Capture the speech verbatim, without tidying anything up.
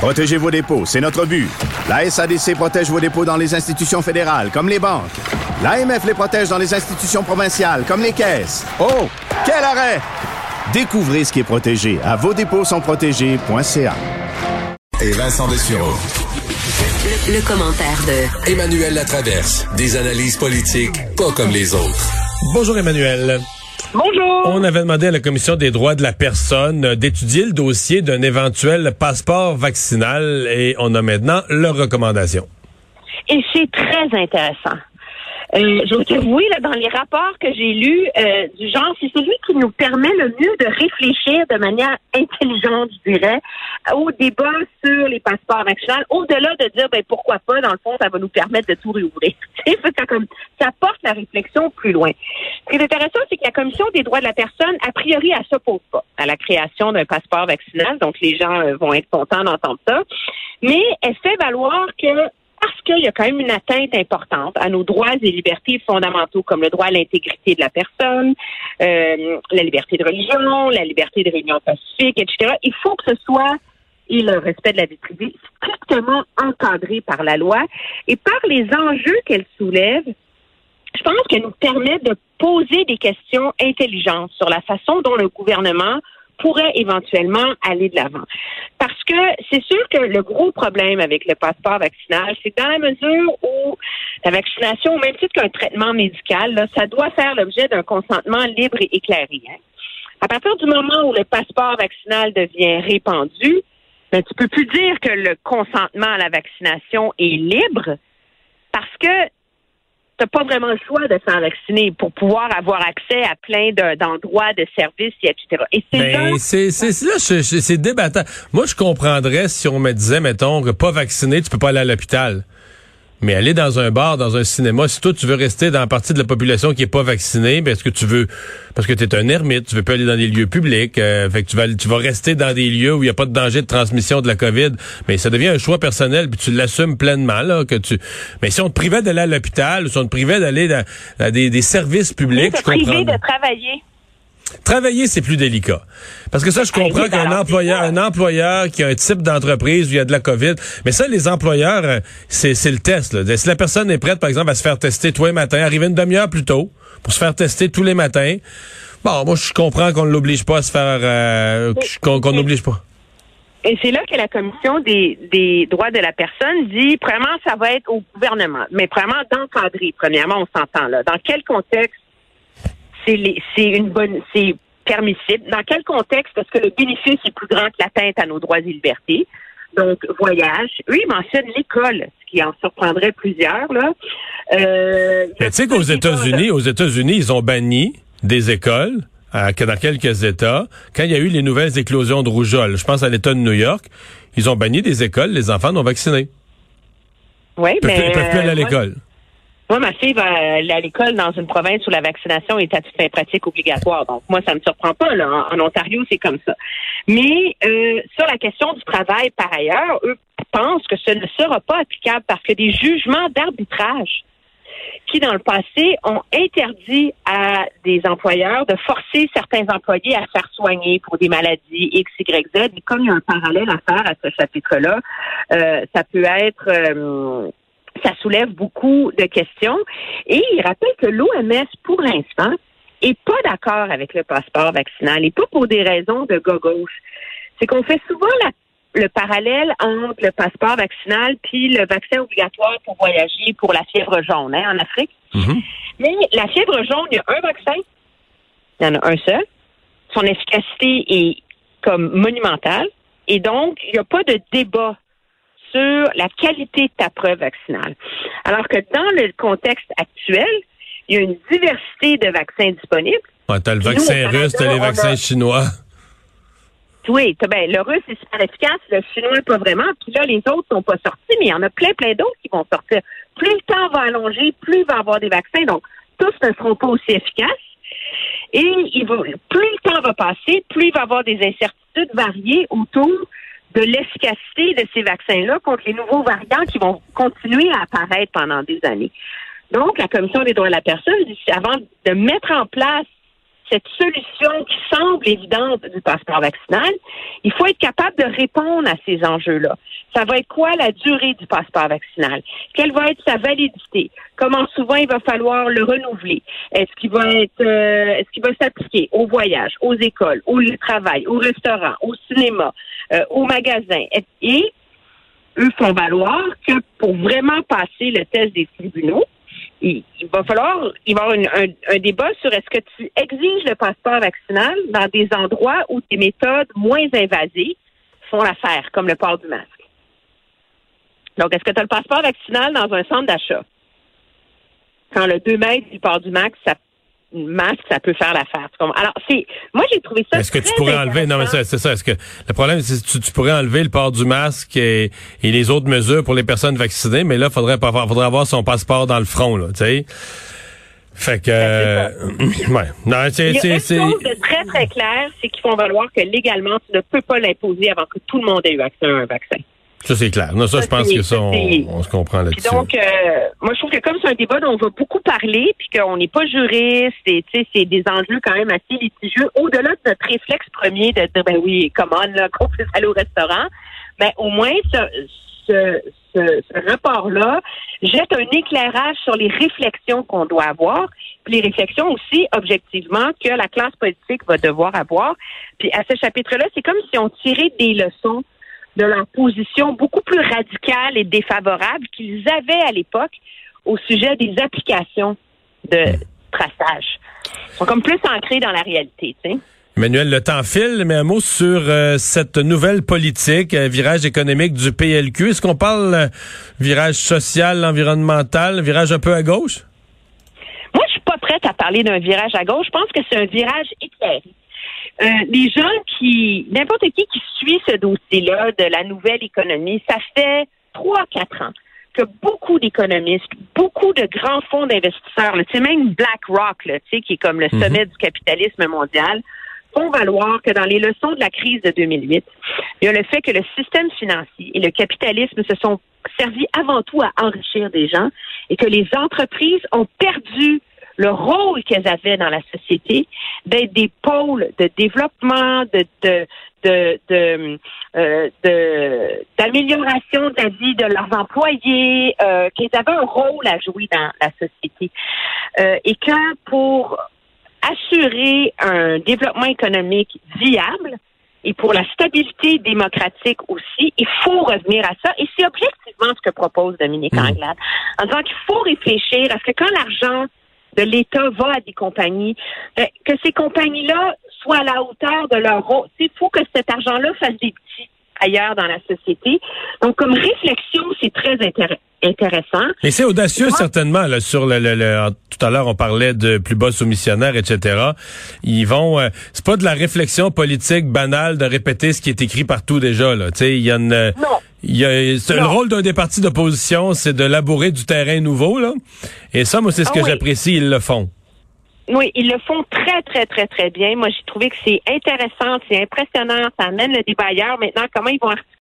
Protégez vos dépôts, c'est notre but. La S A D C protège vos dépôts dans les institutions fédérales, comme les banques. L'A M F les protège dans les institutions provinciales, comme les caisses. Oh, quel arrêt! Découvrez ce qui est protégé à vos dépôts sont protégés point c a. Et Vincent Dessureau. Le, le commentaire de Emmanuel Latraverse. Des analyses politiques pas comme les autres. Bonjour Emmanuel. Bonjour. On avait demandé à la Commission des droits de la personne d'étudier le dossier d'un éventuel passeport vaccinal et on a maintenant leurs recommandations. Et c'est très intéressant. Euh, je vais t'avouer, là, dans les rapports que j'ai lus, euh, du genre, c'est celui qui nous permet le mieux de réfléchir de manière intelligente, je dirais, au débat sur les passeports vaccinaux, au-delà de dire, ben pourquoi pas, dans le fond, ça va nous permettre de tout réouvrir. ça, comme, ça porte la réflexion plus loin. Ce qui est intéressant, c'est que la Commission des droits de la personne, a priori, elle s'oppose pas à la création d'un passeport vaccinal, donc les gens euh, vont être contents d'entendre ça, mais elle fait valoir que parce qu'il y a quand même une atteinte importante à nos droits et libertés fondamentaux, comme le droit à l'intégrité de la personne, euh, la liberté de religion, la liberté de réunion pacifique, et cetera. Il faut que ce soit, et le respect de la vie privée, strictement encadré par la loi et par les enjeux qu'elle soulève. Je pense qu'elle nous permet de poser des questions intelligentes sur la façon dont le gouvernement pourrait éventuellement aller de l'avant. Parce que c'est sûr que le gros problème avec le passeport vaccinal, c'est que dans la mesure où la vaccination, au même titre qu'un traitement médical, là, ça doit faire l'objet d'un consentement libre et éclairé. Hein. À partir du moment où le passeport vaccinal devient répandu, ben, tu peux plus dire que le consentement à la vaccination est libre parce que t'as pas vraiment le choix de faire vacciner pour pouvoir avoir accès à plein de, d'endroits, de services, et cetera. Et c'est Ben, là... c'est, c'est, là, c'est, c'est débattant. Moi, je comprendrais si on me disait, mettons, que pas vacciné, tu peux pas aller à l'hôpital. Mais aller dans un bar, dans un cinéma, si toi, tu veux rester dans la partie de la population qui est pas vaccinée, ben, est-ce que tu veux, parce que tu es un ermite, tu veux pas aller dans des lieux publics, euh, fait que tu vas, tu vas rester dans des lieux où il n'y a pas de danger de transmission de la COVID, mais ça devient un choix personnel, puis tu l'assumes pleinement, là, que tu, mais si on te privait d'aller à l'hôpital, si on te privait d'aller dans, dans des, des services publics, je comprends. privé de travailler. Travailler, c'est plus délicat. Parce que ça, je comprends qu'un employeur, un employeur qui a un type d'entreprise où il y a de la COVID, mais ça, les employeurs, c'est, c'est le test, là. Si la personne est prête, par exemple, à se faire tester tous les matins, arriver une demi-heure plus tôt pour se faire tester tous les matins, bon, moi, je comprends qu'on ne l'oblige pas à se faire, euh, qu'on, qu'on n'oblige pas. Et c'est là que la Commission des, des droits de la personne dit, premièrement, ça va être au gouvernement, mais premièrement, d'encadrer, premièrement, on s'entend là. Dans quel contexte c'est, les, c'est une bonne, c'est permissible? Dans quel contexte est-ce que le bénéfice est plus grand que l'atteinte à nos droits et libertés? Donc, voyage. Eux, ils mentionnent l'école, ce qui en surprendrait plusieurs, là. Euh, tu sais qu'aux États-Unis, aux États-Unis, ils ont banni des écoles, euh, que dans quelques États, quand il y a eu les nouvelles éclosions de rougeole, je pense à l'État de New York, ils ont banni des écoles, les enfants non vaccinés. Oui, mais... Ils peuvent plus aller à l'école. Moi, ma fille va aller à l'école dans une province où la vaccination est à toute fin pratique obligatoire. Donc, moi, ça me surprend pas. Là. En, en Ontario, c'est comme ça. Mais euh, sur la question du travail, par ailleurs, eux pensent que ce ne sera pas applicable parce que des jugements d'arbitrage qui, dans le passé, ont interdit à des employeurs de forcer certains employés à faire soigner pour des maladies X, Y, Z. Et comme il y a un parallèle à faire à ce chapitre-là, euh, ça peut être... Euh, ça soulève beaucoup de questions. Et il rappelle que l'O M S, pour l'instant, est pas d'accord avec le passeport vaccinal et pas pour des raisons de gauche. C'est qu'on fait souvent la, le parallèle entre le passeport vaccinal puis le vaccin obligatoire pour voyager pour la fièvre jaune hein, en Afrique. Mm-hmm. Mais la fièvre jaune, il y a un vaccin. Il y en a un seul. Son efficacité est comme monumentale. Et donc, il n'y a pas de débat sur la qualité de ta preuve vaccinale. Alors que dans le contexte actuel, il y a une diversité de vaccins disponibles. Ouais, t'as le vaccin russe, t'as les vaccins a... chinois. Oui, ben, le russe est super efficace, le chinois pas vraiment, puis là, les autres sont pas sortis, mais il y en a plein, plein d'autres qui vont sortir. Plus le temps va allonger, plus il va y avoir des vaccins, donc tous ne seront pas aussi efficaces. Et il va, plus le temps va passer, plus il va y avoir des incertitudes variées autour de l'efficacité de ces vaccins-là contre les nouveaux variants qui vont continuer à apparaître pendant des années. Donc, la Commission des droits de la personne, avant de mettre en place cette solution qui semble évidente du passeport vaccinal, il faut être capable de répondre à ces enjeux-là. Ça va être quoi la durée du passeport vaccinal? Quelle va être sa validité? Comment souvent il va falloir le renouveler? Est-ce qu'il va être, euh, est-ce qu'il va s'appliquer aux voyages, aux écoles, au lieu de travail, au restaurant, au cinéma, euh, aux magasins? Et eux font valoir que pour vraiment passer le test des tribunaux, il, il va falloir, il va y avoir une, un, un débat sur est-ce que tu exiges le passeport vaccinal dans des endroits où des méthodes moins invasives font l'affaire, comme le port du masque. Donc, est-ce que tu as le passeport vaccinal dans un centre d'achat? Quand le deux mètres du port du masque, ça masque, ça peut faire l'affaire. Alors, c'est, moi, j'ai trouvé ça. Est-ce que tu pourrais enlever, non, mais c'est, c'est ça, est-ce que, le problème, c'est que tu, tu pourrais enlever le port du masque et, et les autres mesures pour les personnes vaccinées, mais là, faudrait pas avoir, faudrait avoir son passeport dans le front, là, tu sais. Fait que, euh, ouais. Non, c'est, Il y a c'est, une c'est... chose de très, très clair, c'est qu'ils font valoir que légalement, tu ne peux pas l'imposer avant que tout le monde ait eu accès à un vaccin. Ça, c'est clair. Non, ça, ça je pense que ça, on, on se comprend là-dessus. Puis donc, euh, moi, je trouve que comme c'est un débat dont on va beaucoup parler, puis qu'on n'est pas juriste, et tu sais, c'est des enjeux quand même assez litigieux, au-delà de notre réflexe premier de dire, ben oui, comment, là, qu'on puisse aller au restaurant, ben au moins, ce, ce, ce, ce rapport-là jette un éclairage sur les réflexions qu'on doit avoir, puis les réflexions aussi, objectivement, que la classe politique va devoir avoir. Puis à ce chapitre-là, c'est comme si on tirait des leçons de leur position beaucoup plus radicale et défavorable qu'ils avaient à l'époque au sujet des applications de traçage. Ils sont comme plus ancrés dans la réalité, tu sais. Emmanuel, le temps file, mais un mot sur euh, cette nouvelle politique, euh, virage économique du P L Q. Est-ce qu'on parle euh, virage social, environnemental, virage un peu à gauche? Moi, je suis pas prête à parler d'un virage à gauche. Je pense que c'est un virage éclairé. Euh, les gens qui, n'importe qui qui suit ce dossier-là de la nouvelle économie, ça fait trois, quatre ans que beaucoup d'économistes, beaucoup de grands fonds d'investisseurs, tu sais, même BlackRock, là, tu sais, qui est comme le sommet mm-hmm. du capitalisme mondial, font valoir que dans les leçons de la crise de deux mille huit, il y a le fait que le système financier et le capitalisme se sont servis avant tout à enrichir des gens et que les entreprises ont perdu le rôle qu'elles avaient dans la société d'être des pôles de développement, de de de de, euh, de d'amélioration de la vie de leurs employés, euh, qu'ils avaient un rôle à jouer dans la société. Euh, et que pour assurer un développement économique viable et pour la stabilité démocratique aussi, il faut revenir à ça. Et c'est objectivement ce que propose Dominique mmh. Anglade, en disant qu'il faut réfléchir à ce que quand l'argent de l'État va à des compagnies, euh, que ces compagnies-là soient à la hauteur de leur rôle. Il faut que cet argent-là fasse des petits ailleurs dans la société. Donc, comme réflexion, c'est très intér- intéressant. Et c'est audacieux, moi, certainement, là, sur le, le, le, tout à l'heure, on parlait de plus bas soumissionnaires, et cetera. Ils vont, euh, c'est pas de la réflexion politique banale de répéter ce qui est écrit partout déjà, là. Tu sais, il y a une, non. Il y a, c'est, le rôle d'un des partis d'opposition, c'est de labourer du terrain nouveau, là. Et ça, moi, c'est ce ah, que oui. j'apprécie, ils le font. Oui, ils le font très, très, très, très bien. Moi, j'ai trouvé que c'est intéressant, c'est impressionnant, ça amène le débat ailleurs. Maintenant, comment ils vont